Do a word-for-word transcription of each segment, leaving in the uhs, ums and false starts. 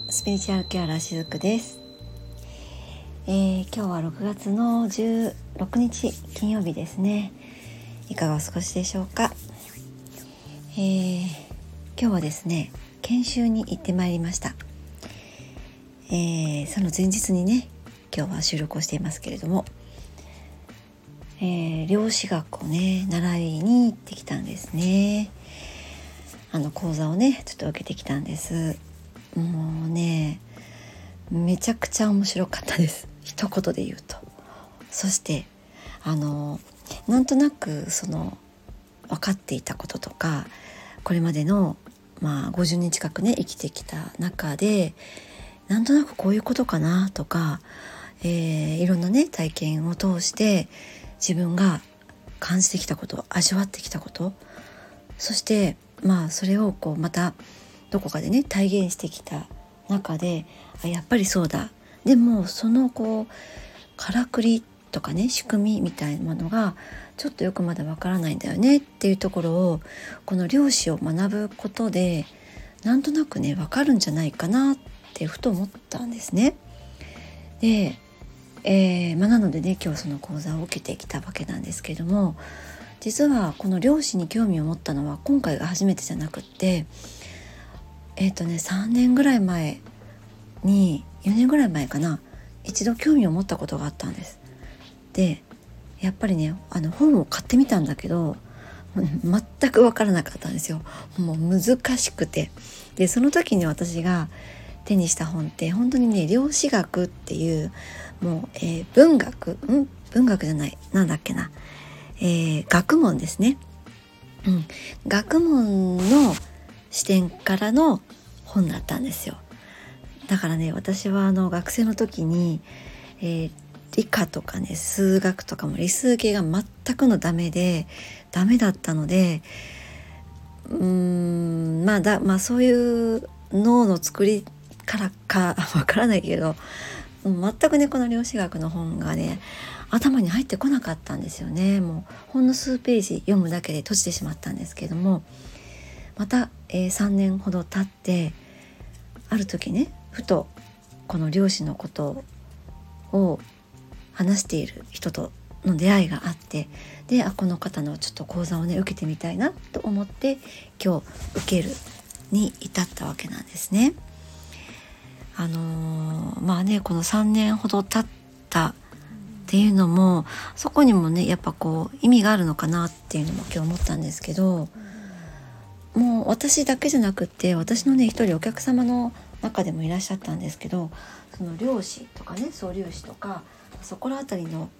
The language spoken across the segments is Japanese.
スピリチュアルケアラーしずくです、えー、今日はろくがつのじゅうろくにち金曜日ですね。いかがお過ごしでしょうか。えー、今日はですね研修に行ってまいりました。えー、その前日にね今日は収録をしていますけれども、えー、量子学をね習いに行ってきたんですね。あの講座をねちょっと受けてきたんです。もうねめちゃくちゃ面白かったです、一言で言うと。そしてあのなんとなくその分かっていたこととか、これまでのまあごじゅうねん近くね生きてきた中でなんとなくこういうことかなとか、えー、いろんなね体験を通して自分が感じてきたこと、味わってきたこと、そしてまあそれをこうまたどこかでね体現してきた中で、あやっぱりそうだ、でもそのこうからくりとかね仕組みみたいなものがちょっとよくまだわからないんだよねっていうところをこの量子を学ぶことでなんとなくねわかるんじゃないかなってふと思ったんですね。で、えーまあ、なのでね今日その講座を受けてきたわけなんですけども、実はこの量子に興味を持ったのは今回が初めてじゃなくってえっとねさんねんぐらい前によねんぐらい前かな、一度興味を持ったことがあったんです。でやっぱりねあの本を買ってみたんだけど全く分からなかったんですよ。もう難しくて、でその時に私が手にした本って本当にね量子学っていうもう、えー、文学ん文学じゃないなんだっけな、えー、学問ですね、うん、学問の視点からの本だったんですよ。だからね私はあの学生の時に、えー、理科とかね数学とかも理数系が全くのダメでダメだったので、うーんまあだまあそういう脳の作りからかわからないけど、全くねこの量子学の本がね頭に入ってこなかったんですよね。もうほんの数ページ読むだけで閉じてしまったんですけども、また、えー、さんねんほど経ってある時ねふとこの量子のことを話している人との出会いがあって、であこの方のちょっと講座をね受けてみたいなと思って今日受けるに至ったわけなんですね。あのー、まあねこのさんねんほど経ったっていうのもそこにもねやっぱこう意味があるのかなっていうのも今日思ったんですけど、もう私だけじゃなくって私のね一人お客様の中でもいらっしゃったんですけど、その量子とかね素粒子とかそこらあたりの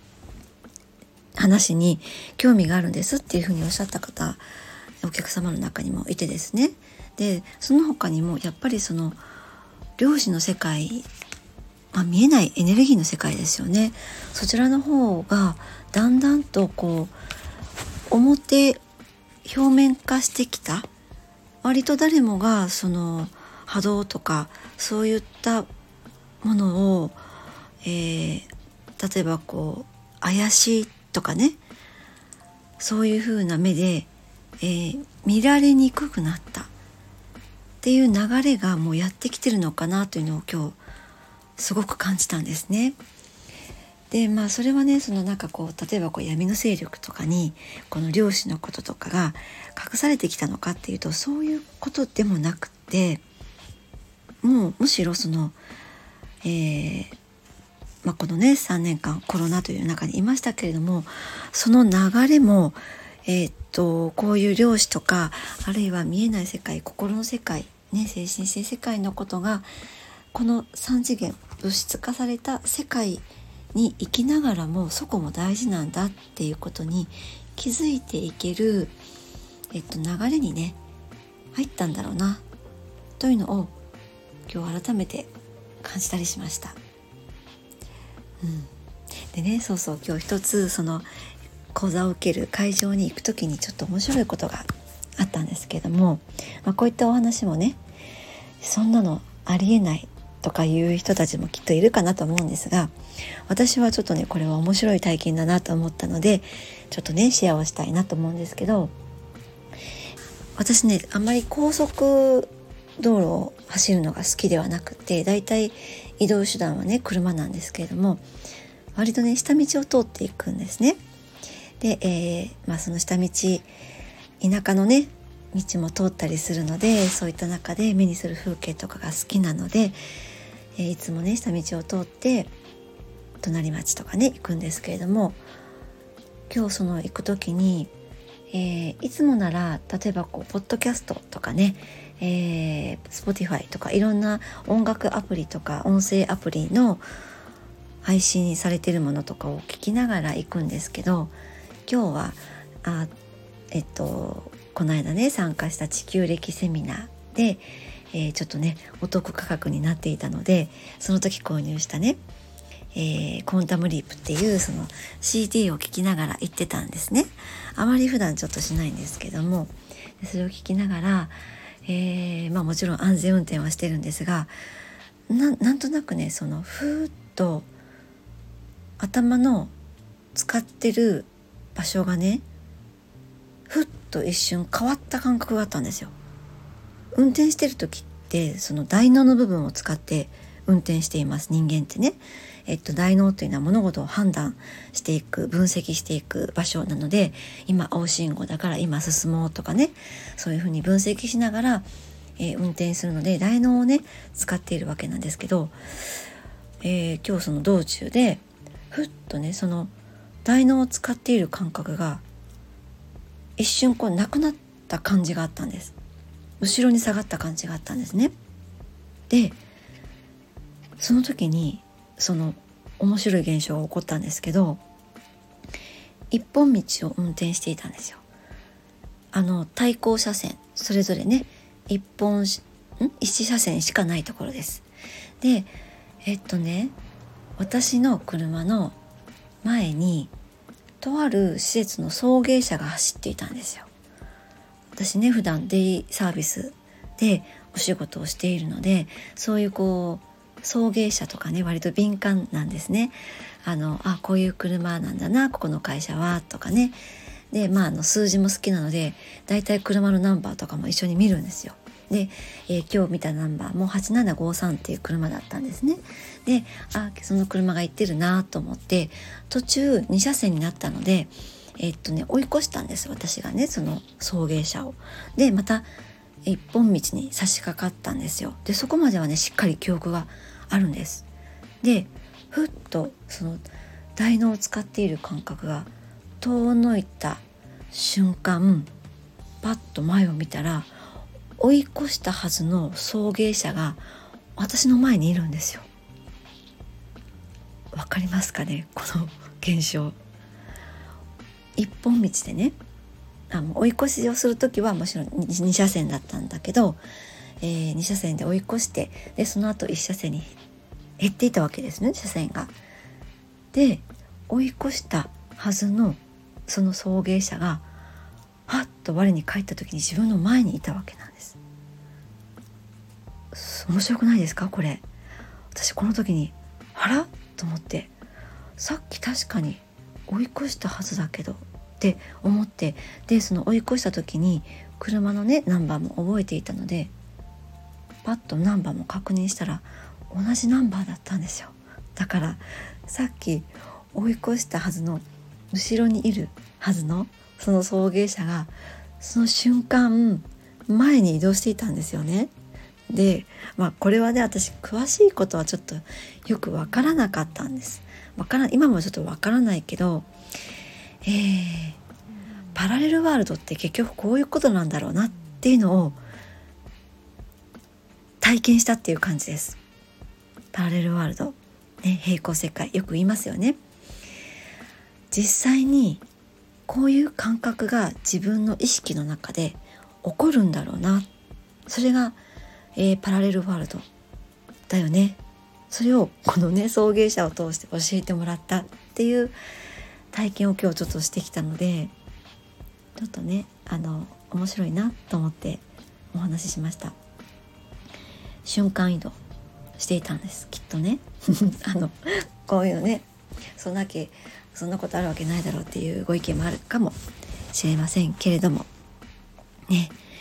話に興味があるんですっていうふうにおっしゃった方お客様の中にもいてですね、でその他にもやっぱりその量子の世界、まあ、見えないエネルギーの世界ですよね。そちらの方がだんだんとこう表表面化してきた、割と誰もがその波動とかそういったものを、えー、例えばこう怪しいとかねそういう風な目で、えー、見られにくくなったっていう流れがもうやってきてるのかなというのを今日すごく感じたんですね。でまあそれはねそのなんかこう例えばこう闇の勢力とかにこの量子のこととかが隠されてきたのかっていうとそういうことでもなくて、もうむしろその、えーまあ、このねさんねんかんコロナという中にいましたけれども、その流れもえー、っとこういう量子とかあるいは見えない世界、心の世界、ね、精神性世界のことがこのさん次元物質化された世界に生きながらもそこも大事なんだっていうことに気づいていける、えっと、流れにね入ったんだろうなというのを今日改めて感じたりしました、うん、でねそうそう今日一つその講座を受ける会場に行くときにちょっと面白いことがあったんですけども、まあ、こういったお話もねそんなのありえないとかいう人たちもきっといるかなと思うんですが、私はちょっとねこれは面白い体験だなと思ったのでちょっとねシェアをしたいなと思うんですけど、私ねあんまり高速道路を走るのが好きではなくて、だいたい移動手段はね車なんですけれども、割とね下道を通っていくんですね。で、えーまあ、その下道、田舎のね道も通ったりするので、そういった中で目にする風景とかが好きなので、えーいつもね下道を通って隣町とかね行くんですけれども、今日その行く時に、えーいつもなら例えばこうポッドキャストとかね、えー、Spotify とかいろんな音楽アプリとか音声アプリの配信されているものとかを聞きながら行くんですけど、今日はあえっとこの間ね参加した地球歴セミナーで、えー、ちょっとねお得価格になっていたので、その時購入したね、えー、コンタムリープっていうその シーディー を聞きながら行ってたんですね。あまり普段ちょっとしないんですけども、それを聞きながら、えーまあ、もちろん安全運転はしてるんですが、な, なんとなくねそのふーっと頭の使ってる場所がねふっと一瞬変わった感覚があったんですよ。運転してる時ってその大脳の部分を使って運転しています、人間ってね。えっと、大脳というのは物事を判断していく、分析していく場所なので、今青信号だから今進もうとかね、そういうふうに分析しながら、えー運転するので大脳をね使っているわけなんですけど、えー今日その道中でふっとねその大脳を使っている感覚が一瞬こうなくなった感じがあったんです。後ろに下がった感じがあったんですね。でその時にその面白い現象が起こったんですけど、一本道を運転していたんですよ。あの対向車線それぞれね一本しん一車線しかないところです。でえっとね私の車の前にとある施設の送迎車が走っていたんですよ。私ね普段デイサービスでお仕事をしているので、そういうこう送迎車とかね割と敏感なんですね。あのあこういう車なんだなここの会社はとかね。でまああの数字も好きなのでだいたい車のナンバーとかも一緒に見るんですよ。で、えー今日見たナンバーもはちななごさんっていう車だったんですね。であその車が行ってるなと思って、途中に車線になったのでえっとね追い越したんです、私がねその送迎車を。でまた一本道に差し掛かったんですよ。でそこまではねしっかり記憶があるんです。でふっとその大脳を使っている感覚が遠のいた瞬間、パッと前を見たら追い越したはずの送迎車が私の前にいるんですよ。わかりますかねこの現象。一本道でねあの追い越しをするときはもちろんに車線だったんだけど、えー、に車線で追い越して、でその後いち車線に減っていたわけですね、車線が。で追い越したはずのその送迎車がはっと我に返った時に自分の前にいたわけなんです。面白くないですかこれ。私この時にあらと思って、さっき確かに追い越したはずだけどって思って、でその追い越した時に車のねナンバーも覚えていたのでパッとナンバーも確認したら同じナンバーだったんですよ。だからさっき追い越したはずの後ろにいるはずのその送迎車がその瞬間前に移動していたんですよね。で、まあ、これはね私詳しいことはちょっとよくわからなかったんです。わから今もちょっとわからないけど、えー、パラレルワールドって結局こういうことなんだろうなっていうのを体験したっていう感じです。パラレルワールド、ね、平行世界よく言いますよね。実際にこういう感覚が自分の意識の中で起こるんだろうな、それが、えー、パラレルワールドだよね。それをこのね送迎車を通して教えてもらったっていう体験を今日ちょっとしてきたので、ちょっとねあの面白いなと思ってお話ししました。瞬間移動していたんですきっとねあのこういうのねそんなけそんなことあるわけないだろうっていうご意見もあるかもしれませんけれどもね、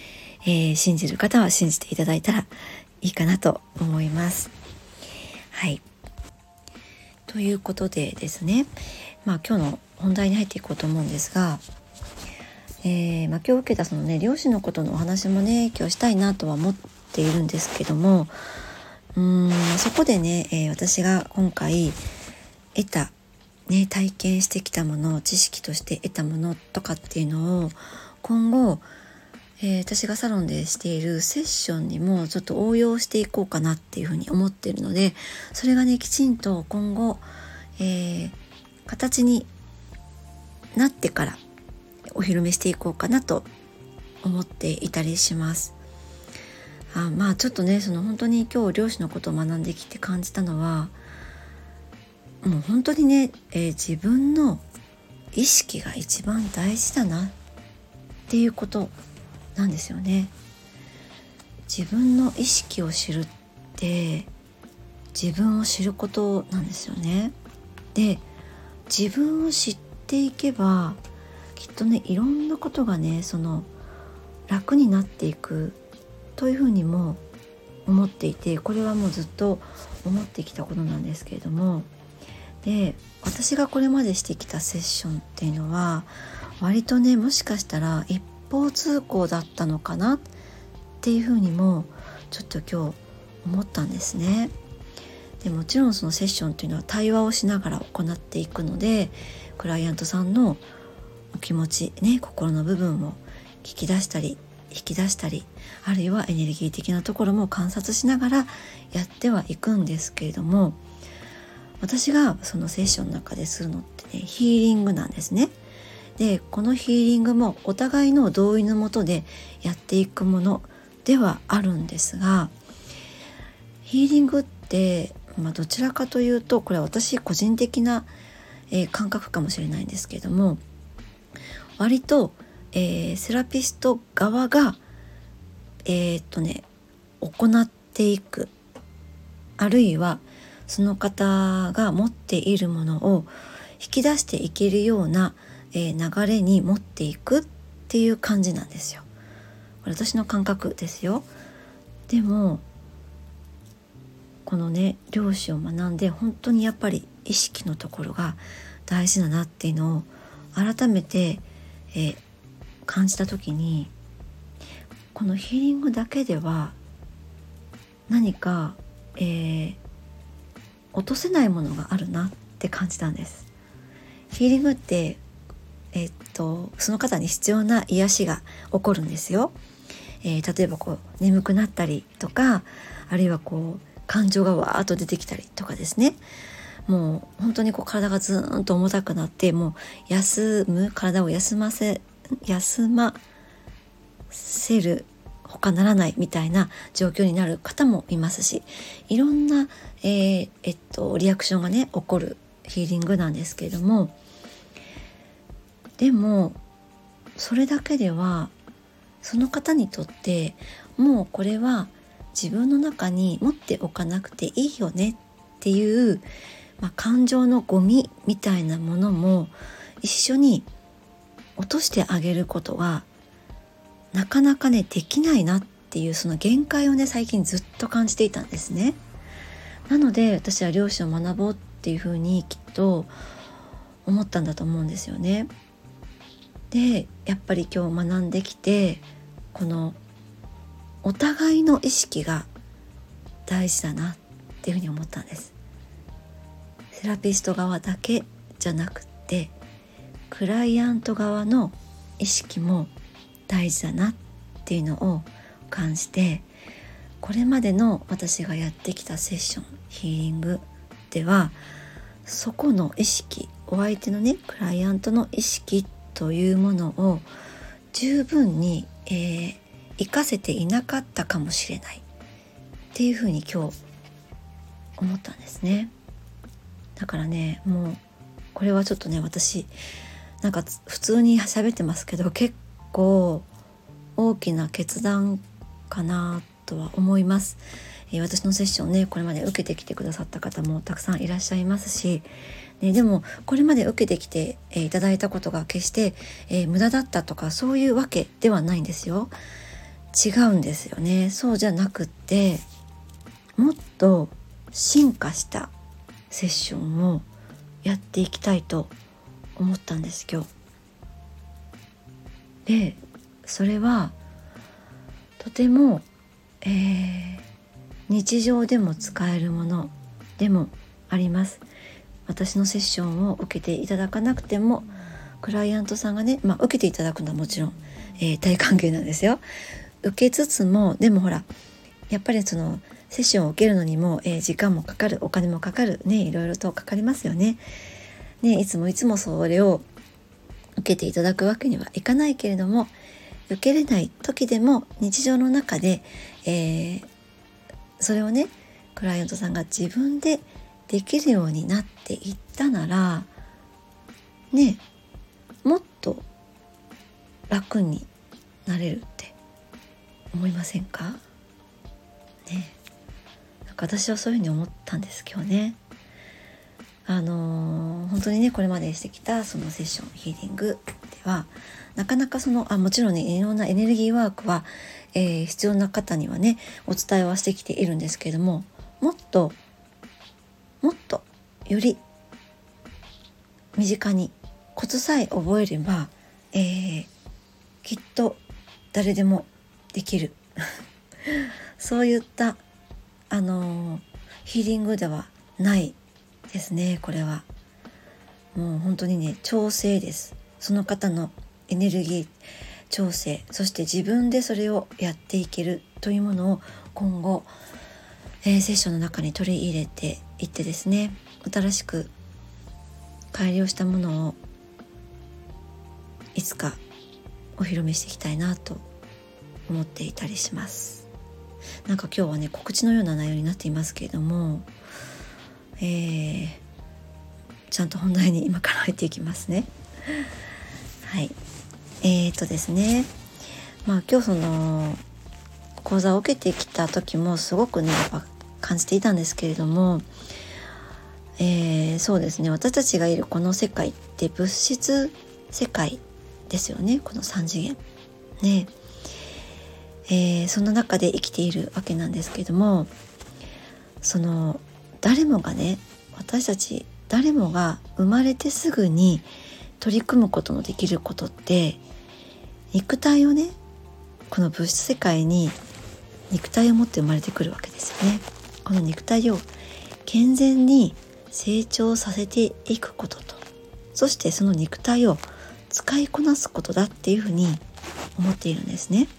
えー、信じる方は信じていただいたらいいかなと思います。はい。ということでですね、まあ今日の本題に入っていこうと思うんですが、えーまあ、今日受けたそのね漁師のことのお話もね今日したいなとは思っているんですけども、うーんそこでね、えー、私が今回得た、ね、体験してきたもの、知識として得たものとかっていうのを今後、えー、私がサロンでしているセッションにもちょっと応用していこうかなっていうふうに思っているので、それがねきちんと今後、えー、形になってからお披露目していこうかなと思っていたりします。あまあちょっとねその本当に今日漁師のことを学んできて感じたのは、もう本当にね、えー、自分の意識が一番大事だなっていうことなんですよね。自分の意識を知るって自分を知ることなんですよね。で、自分を知っていけばきっとねいろんなことがねその楽になっていくというふうにも思っていて、これはもうずっと思ってきたことなんですけれども、で私がこれまでしてきたセッションっていうのは割とねもしかしたら一方通行だったのかなっていうふうにもちょっと今日思ったんですね。でもちろんそのセッションっていうのは対話をしながら行っていくので、クライアントさんのお気持ちね、心の部分を聞き出したり引き出したり、あるいはエネルギー的なところも観察しながらやってはいくんですけれども、私がそのセッションの中でするのってねヒーリングなんですね。でこのヒーリングもお互いの同意のもとでやっていくものではあるんですが、ヒーリングって、まあ、どちらかというとこれは私個人的な、えー、感覚かもしれないんですけれども、割と、えー、セラピスト側がえー、っとね行っていく、あるいはその方が持っているものを引き出していけるような、えー、流れに持っていくっていう感じなんですよ。これ私の感覚ですよ。でもこのね漁師を学んで本当にやっぱり意識のところが大事だなっていうのを改めて、えー、感じた時に、このヒーリングだけでは何か、えー、落とせないものがあるなって感じたんです。ヒーリングって、えー、っとその方に必要な癒しが起こるんですよ。えー、例えばこう眠くなったりとか、あるいはこう感情がわーっと出てきたりとかですね、もう本当にこう体がずーんと重たくなってもう休む、体を休ませ休ませる他ならないみたいな状況になる方もいますし、いろんな、えーえっと、リアクションがね起こるヒーリングなんですけれども、でもそれだけではその方にとってもうこれは自分の中に持っておかなくていいよねっていう、まあ、感情のゴミみたいなものも一緒に落としてあげることはなかなかねできないなっていう、その限界をね最近ずっと感じていたんですね。なので私は漁師を学ぼうっていうふうにきっと思ったんだと思うんですよね。でやっぱり今日学んできて、このお互いの意識が大事だなっていうふうに思ったんです。セラピスト側だけじゃなくてクライアント側の意識も大事だなっていうのを感じて、これまでの私がやってきたセッションヒーリングではそこの意識、お相手のねクライアントの意識というものを十分に、えー、活かせていなかったかもしれないっていうふうに今日思ったんですね。だからねもうこれはちょっとね私なんか普通に喋ってますけど結構大きな決断かなとは思います。えー、私のセッションねこれまで受けてきてくださった方もたくさんいらっしゃいますし、ね、でもこれまで受けてきて、えー、いただいたことが決して、えー、無駄だったとかそういうわけではないんですよ。 違うんですよね。そうじゃなくって、もっと進化したセッションをやっていきたいと思ったんです今日。でそれはとても、えー、日常でも使えるものでもあります。私のセッションを受けていただかなくても、クライアントさんがね、まあ、受けていただくのはもちろん、えー、大歓迎なんですよ。受けつつも、でもほらやっぱりそのセッションを受けるのにも、えー、時間もかかる、お金もかかるね、いろいろとかかりますよね。ね、いつもいつもそれを受けていただくわけにはいかないけれども、受けれない時でも日常の中で、えー、それをねクライアントさんが自分でできるようになっていったならね、もっと楽になれるって思いませんかね。なんか私はそういうふうに思ったんです今日ね。あのー、本当にねこれまでしてきたそのセッションヒーリングではなかなかそのあもちろんねいろんなエネルギーワークは、えー、必要な方にはねお伝えはしてきているんですけれども、もっともっとより身近にコツさえ覚えれば、えー、きっと誰でもできるそういったあのー、ヒーリングではないですね。これはもう本当にね調整です。その方のエネルギー調整、そして自分でそれをやっていけるというものを今後、えー、セッションの中に取り入れていってですね、新しく改良したものをいつかお披露目していきたいなと思っていたりします。なんか今日はね告知のような内容になっていますけれども、えー、ちゃんと本題に今から入っていきますね。はい、えーとですねまあ今日その講座を受けてきた時もすごくねやっぱ感じていたんですけれども、えー、そうですね私たちがいるこの世界って物質世界ですよね。この三次元ね、えー、その中で生きているわけなんですけれども、その誰もがね私たち誰もが生まれてすぐに取り組むことのできることって肉体をねこの物質世界に肉体を持って生まれてくるわけですよね。この肉体を健全に成長させていくことと、そしてその肉体を使いこなすことだっていうふうに思っているんですね。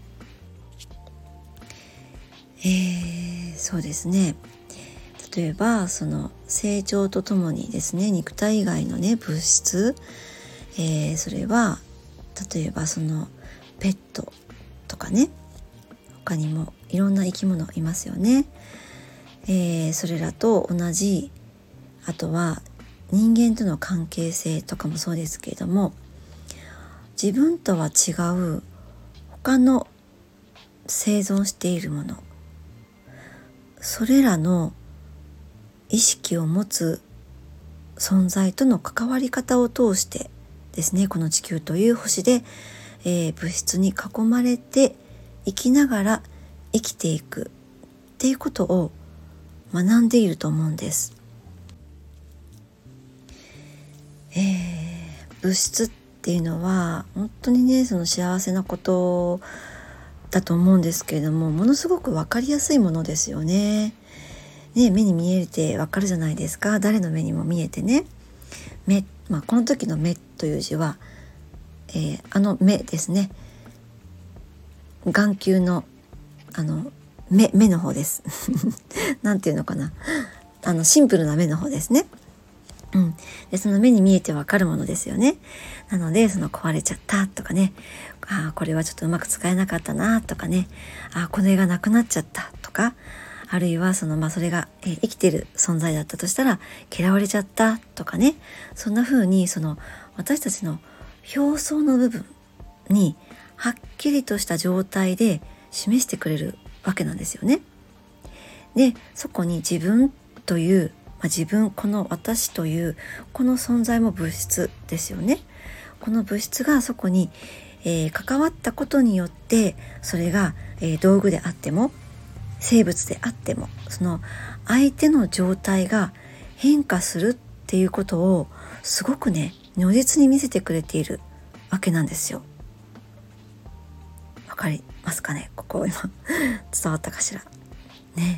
えー、そうですね例えばその成長とともにですね肉体以外のね物質、えー、それは例えばそのペットとかね、他にもいろんな生き物いますよね。えー、それらと同じ、あとは人間との関係性とかもそうですけれども、自分とは違う他の生存しているもの、それらの意識を持つ存在との関わり方を通してですね、この地球という星で、えー、物質に囲まれて生きながら生きていくっていうことを学んでいると思うんです。えー、物質っていうのは本当にねその幸せなことだと思うんですけれども、ものすごく分かりやすいものですよね。ね、目に見えて分かるじゃないですか。誰の目にも見えてね。目、まあ、この時の目という字は、えー、あの目ですね。眼球のあの目目の方ですなんていうのかな、あのシンプルな目の方ですね。うん、でその目に見えてわかるものですよね。なのでその壊れちゃったとかね、あこれはちょっとうまく使えなかったなとかね、あこれがなくなっちゃったとか、あるいはその、まあ、それが、えー、生きてる存在だったとしたら嫌われちゃったとかね、そんな風にその私たちの表層の部分にはっきりとした状態で示してくれるわけなんですよね。でそこに自分という、まあ、自分この私というこの存在も物質ですよね。この物質がそこに、 えー、関わったことによってそれが、えー、道具であっても生物であってもその相手の状態が変化するっていうことをすごくね如実に見せてくれているわけなんですよ。わかりますかね、ここ今伝わったかしらね。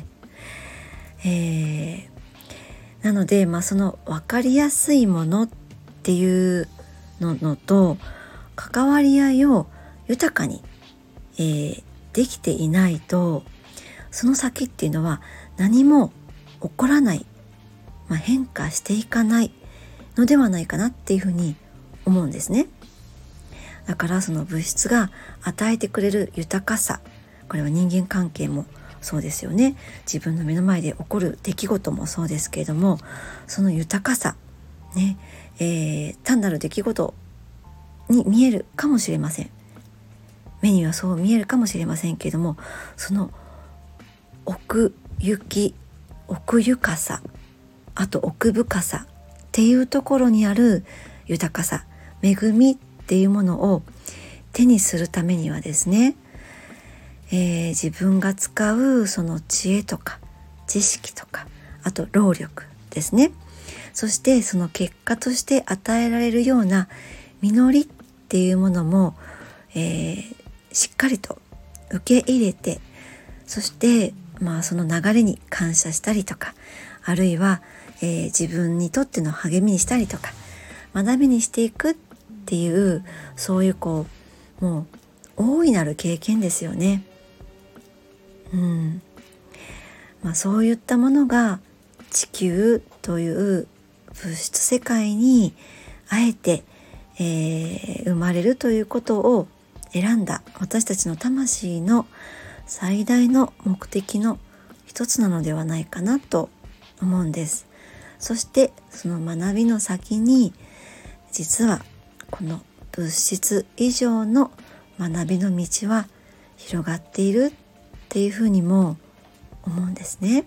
えー、なので、まあ、その分かりやすいものっていうののと関わり合いを豊かに、えー、できていないとその先っていうのは何も起こらない、まあ、変化していかないのではないかなっていうふうに思うんですね。だからその物質が与えてくれる豊かさ、これは人間関係もそうですよね。自分の目の前で起こる出来事もそうですけれども、その豊かさね、えー、単なる出来事に見えるかもしれません。目にはそう見えるかもしれませんけれども、その奥行き、奥ゆかさ、あと奥深さっていうところにある豊かさ、恵みっていうものを手にするためにはですね、えー、自分が使うその知恵とか知識とか、あと労力ですね、そしてその結果として与えられるような実りっていうものも、えー、しっかりと受け入れて、そしてまあその流れに感謝したりとか、あるいは、えー、自分にとっての励みにしたりとか学びにしていくっていう、そういうこうもう大いなる経験ですよね。うんまあ、そういったものが地球という物質世界にあえて、えー、生まれるということを選んだ私たちの魂の最大の目的の一つなのではないかなと思うんです。そしてその学びの先に実はこの物質以上の学びの道は広がっているっていうふうにも思うんですね。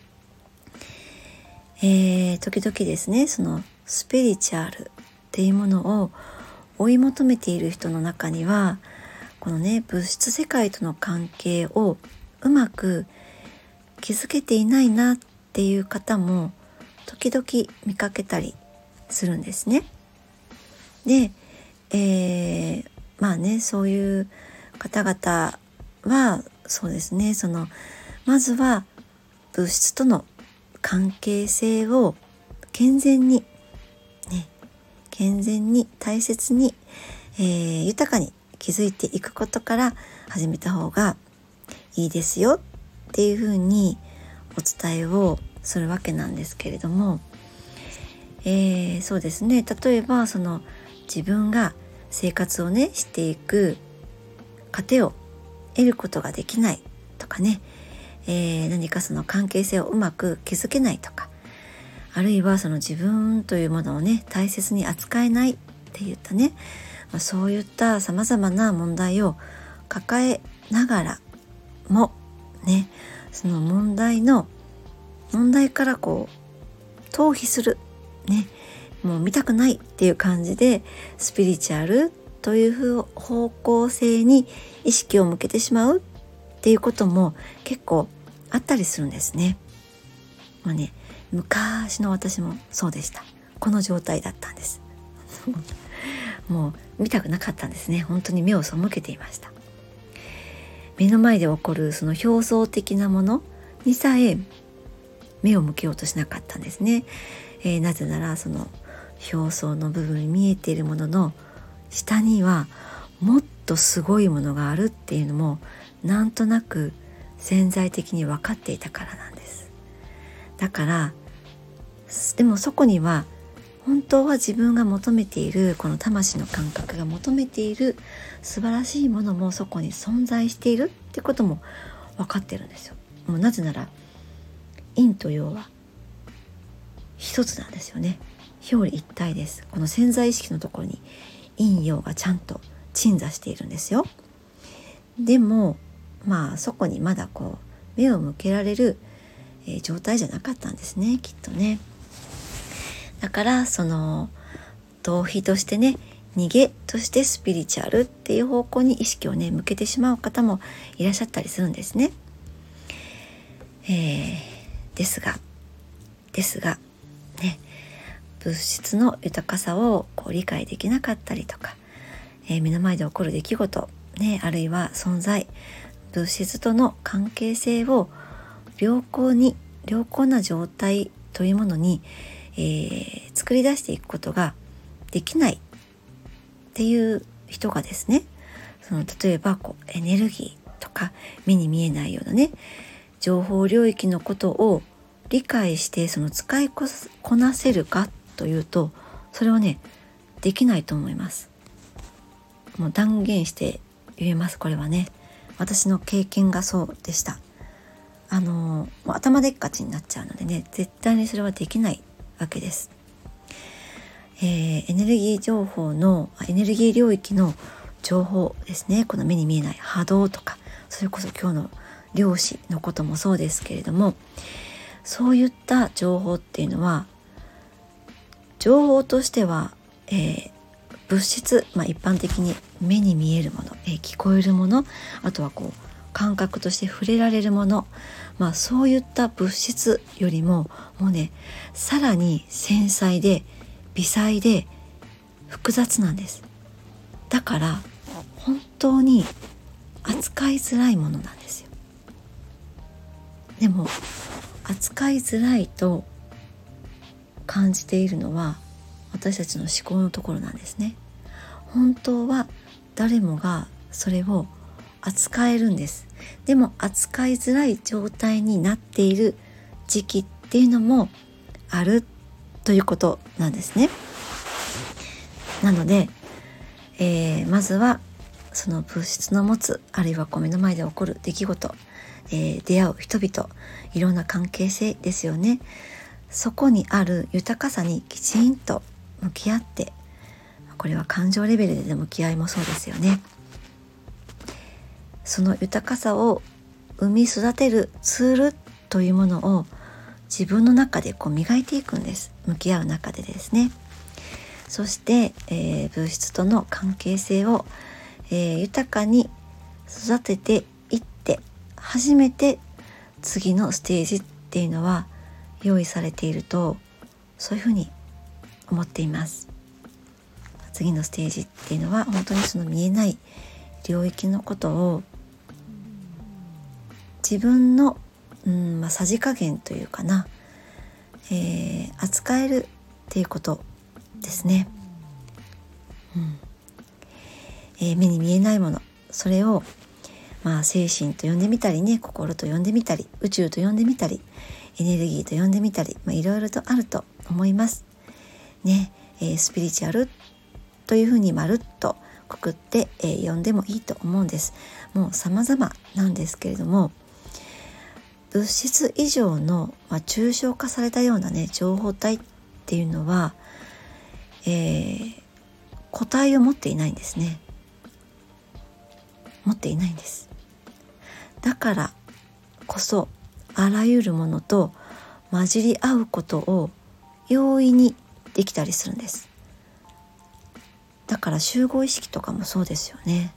えー、時々ですね、そのスピリチュアルっていうものを追い求めている人の中には、このね物質世界との関係をうまく築けていないなっていう方も時々見かけたりするんですね。で、えー、まあねそういう方々はそうですね、そのまずは物質との関係性を健全にね健全に大切に、えー、豊かに築いていくことから始めた方がいいですよっていうふうにお伝えをするわけなんですけれども、えー、そうですね、例えばその自分が生活をねしていく糧を得ることができないとかね、えー、何かその関係性をうまく築けないとか、あるいはその自分というものをね大切に扱えないっていったね、まあ、そういったさまざまな問題を抱えながらもね、その問題の問題からこう逃避するね、もう見たくないっていう感じでスピリチュアルという方向性に意識を向けてしまうっていうことも結構あったりするんですね。まあね、昔の私もそうでした。この状態だったんですもう見たくなかったんですね。本当に目を背けていました。目の前で起こるその表層的なものにさえ目を向けようとしなかったんですね。えー、なぜならその表層の部分に見えているものの下にはもっとすごいものがあるっていうのもなんとなく潜在的に分かっていたからなんです。だからでもそこには本当は自分が求めているこの魂の感覚が求めている素晴らしいものもそこに存在しているってことも分かってるんですよ。もうなぜなら陰と陽は一つなんですよね。表裏一体です。この潜在意識のところに陰陽がちゃんと鎮座しているんですよ。でもまあそこにまだこう目を向けられる、えー、状態じゃなかったんですね、きっとね。だからその逃避としてね逃げとしてスピリチュアルっていう方向に意識をね向けてしまう方もいらっしゃったりするんですね。えー、ですがですがね、物質の豊かさをこう理解できなかったりとか、えー、目の前で起こる出来事、ね、あるいは存在、物質との関係性を良好に良好な状態というものに、えー、作り出していくことができないっていう人がですね、その例えばこうエネルギーとか目に見えないようなね情報領域のことを理解してその使いこなせるかというと、それはねできないと思います。もう断言して言えます。これはね私の経験がそうでした。あのもう頭でっかちになっちゃうのでね、絶対にそれはできないわけです。えー、エネルギー情報のエネルギー領域の情報ですね、この目に見えない波動とか、それこそ今日の量子のこともそうですけれども、そういった情報っていうのは情報としては、えー、物質、まあ、一般的に目に見えるもの、えー、聞こえるもの、あとはこう感覚として触れられるもの、まあ、そういった物質よりももうねさらに繊細で微細で複雑なんです。だから本当に扱いづらいものなんですよ。でも扱いづらいと感じているのは私たちの思考のところなんですね。本当は誰もがそれを扱えるんです。でも扱いづらい状態になっている時期っていうのもあるということなんですね。なので、えー、まずはその物質の持つ、あるいはこう目の前で起こる出来事、えー、出会う人々、いろんな関係性ですよね。そこにある豊かさにきちんと向き合って、これは感情レベルでの向き合いもそうですよね。その豊かさを生み育てるツールというものを自分の中でこう磨いていくんです。向き合う中でですね。そして、えー、物質との関係性を、えー、豊かに育てていって初めて次のステージっていうのは用意されていると、そういうふうに思っています。次のステージっていうのは本当にその見えない領域のことを自分の、うんまあ、さじ加減というかな、えー、扱えるっていうことですね。うんえー、目に見えないもの、それを、まあ、精神と呼んでみたりね、心と呼んでみたり、宇宙と呼んでみたり、エネルギーと呼んでみたり、まあ、いろいろとあると思いますね。えー、スピリチュアルというふうにまるっとくくって、えー、呼んでもいいと思うんです。もう様々なんですけれども、物質以上の、まあ、抽象化されたようなね情報体っていうのは、えー、個体を持っていないんですね。持っていないんです。だからこそあらゆるものと混じり合うことを容易にできたりするんです。だから集合意識とかもそうですよね。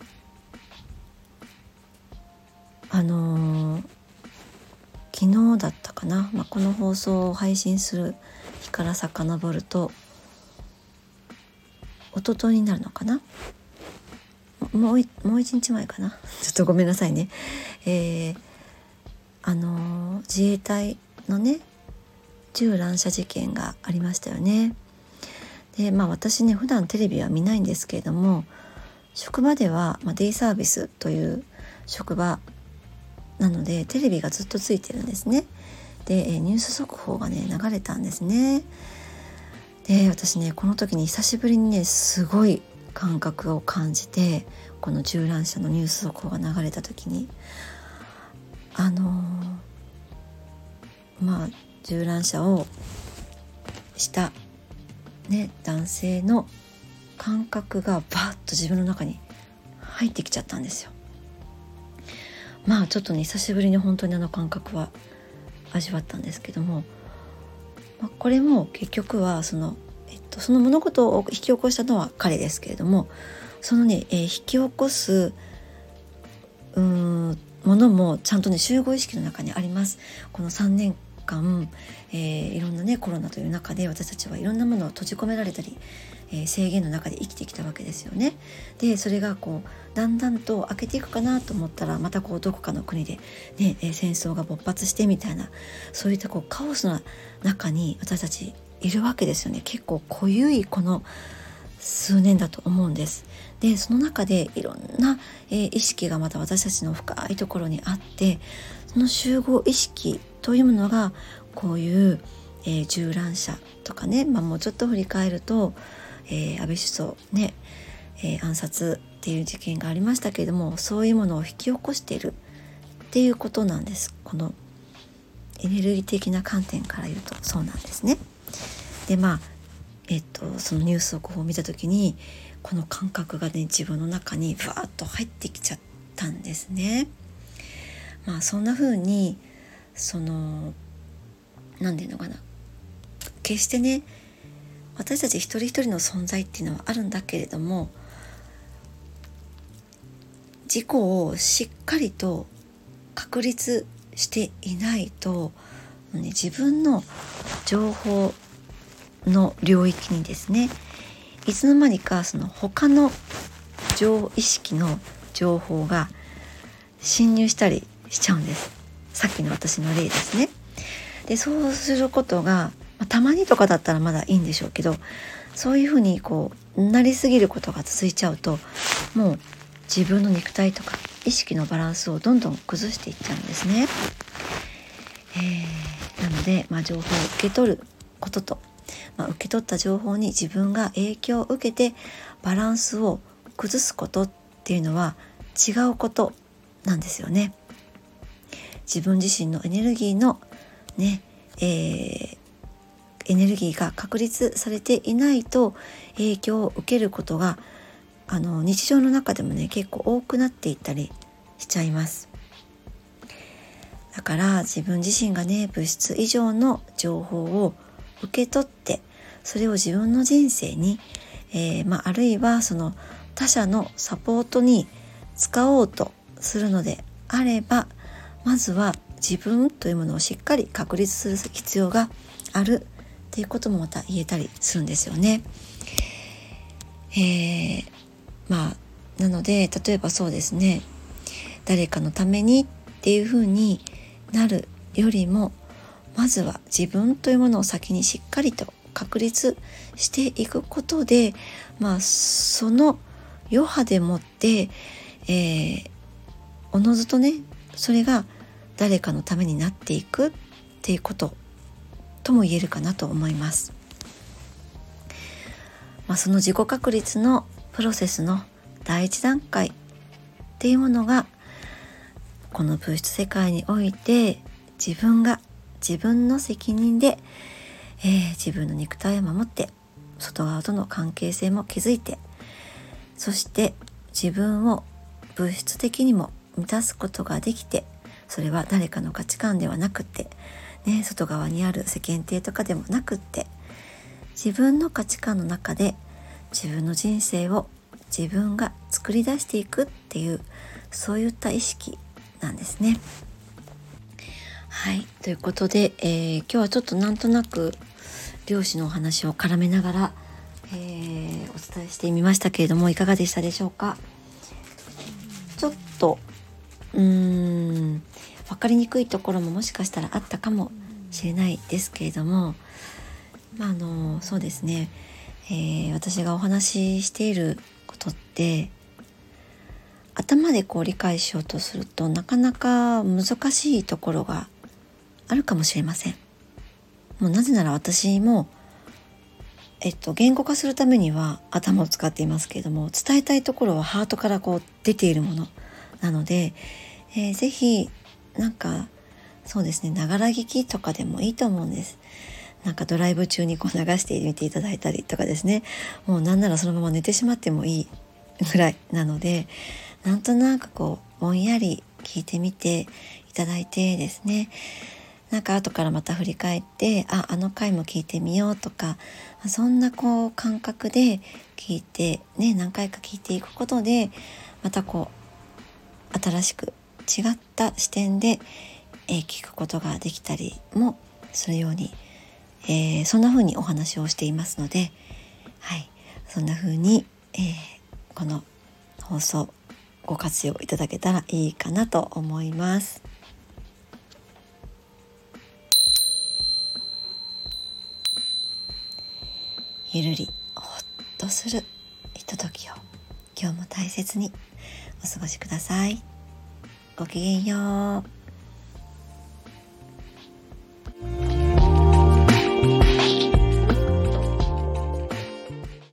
あのー、昨日だったかな、まあ、この放送を配信する日から遡ると一昨日になるのかな、もうもう一日前かなちょっとごめんなさいね。えー、あのー、自衛隊のね銃乱射事件がありましたよね。で、まあ私ね普段テレビは見ないんですけれども、職場では、まあ、デイサービスという職場なのでテレビがずっとついてるんですね。でニュース速報がね流れたんですね。で私ねこの時に久しぶりにねすごい感覚を感じて、この銃乱射のニュース速報が流れた時にあのー、まあ銃乱射をしたね男性の感覚がバーッと自分の中に入ってきちゃったんですよ。まあちょっとね久しぶりに本当にあの感覚は味わったんですけども、まあ、これも結局はその、えっと、その物事を引き起こしたのは彼ですけれども、そのね、えー引き起こすうーんものもちゃんとね集合意識の中にあります。このさんねんかん、えー、いろんなねコロナという中で私たちはいろんなものを閉じ込められたり、えー、制限の中で生きてきたわけですよね。でそれがこうだんだんと開けていくかなと思ったら、またこうどこかの国で、ねえー、戦争が勃発してみたいな、そういったこうカオスな中に私たちいるわけですよね。結構濃ゆいこの数年だと思うんです。でその中でいろんな、えー、意識がまた私たちの深いところにあって、その集合意識というものがこういう、えー、銃乱射とかね、まあ、もうちょっと振り返ると、えー、安倍首相ね、えー、暗殺っていう事件がありましたけれども、そういうものを引き起こしているっていうことなんです。このエネルギー的な観点から言うとそうなんですね。でまあえっと、そのニュース速報を見た時にこの感覚がね自分の中にふわっと入ってきちゃったんですね。まあそんな風にその何て言うのかな、決してね私たち一人一人の存在っていうのはあるんだけれども、自己をしっかりと確立していないと、ね、自分の情報の領域にですね、いつの間にかその他の上意識の情報が侵入したりしちゃうんです。さっきの私の例ですね。でそうすることが、まあ、たまにとかだったらまだいいんでしょうけど、そういうふうにこうなりすぎることが続いちゃうと、もう自分の肉体とか意識のバランスをどんどん崩していっちゃうんですね。えー、なので、まあ、情報を受け取ることと、まあ、受け取った情報に自分が影響を受けてバランスを崩すことっていうのは違うことなんですよね。自分自身のエネルギーのね、えー、エネルギーが確立されていないと影響を受けることがあの日常の中でもね結構多くなっていったりしちゃいます。だから自分自身がね物質以上の情報を受け取って、それを自分の人生に、えーまあ、あるいはその他者のサポートに使おうとするのであれば、まずは自分というものをしっかり確立する必要があるっていうこともまた言えたりするんですよね。えー、まあなので例えばそうですね、誰かのためにっていうふうになるよりも、まずは自分というものを先にしっかりと確立していくことで、まあその余波でもって、えー、おのずとねそれが誰かのためになっていくっていうこととも言えるかなと思います。まあ、その自己確立のプロセスの第一段階っていうものが、この物質世界において自分が自分の責任で、えー、自分の肉体を守って、外側との関係性も築いて、そして自分を物質的にも満たすことができて、それは誰かの価値観ではなくて、ね、外側にある世間体とかでもなくって、自分の価値観の中で自分の人生を自分が作り出していくっていう、そういった意識なんですね。はい、ということで、えー、今日はちょっとなんとなく漁師のお話を絡めながら、えー、お伝えしてみましたけれども、いかがでしたでしょうか。ちょっとうーん分かりにくいところももしかしたらあったかもしれないですけれども、まあ、あのそうですね、えー、私がお話ししていることって頭でこう理解しようとするとなかなか難しいところがあるかもしれません。もうなぜなら私も、えっと、言語化するためには頭を使っていますけれども、伝えたいところはハートからこう出ているものなので、えー、ぜひなんかそうですね、ながら聞きとかでもいいと思うんです。なんかドライブ中にこう流してみていただいたりとかですね、もうなんならそのまま寝てしまってもいいぐらいなので、なんとなくこうぼんやり聞いてみていただいてですね、 なんか後からまた振り返って、あ、あの回も聞いてみようとか、そんなこう感覚で聞いてね、何回か聞いていくことで、またこう新しく違った視点で、えー聞くことができたりもするように、えーそんな風にお話をしていますので、はい、そんな風に、えーこの放送ご活用いただけたらいいかなと思います。ゆるりほっとするひとときを今日も大切にお過ごしください。ごきげんよう。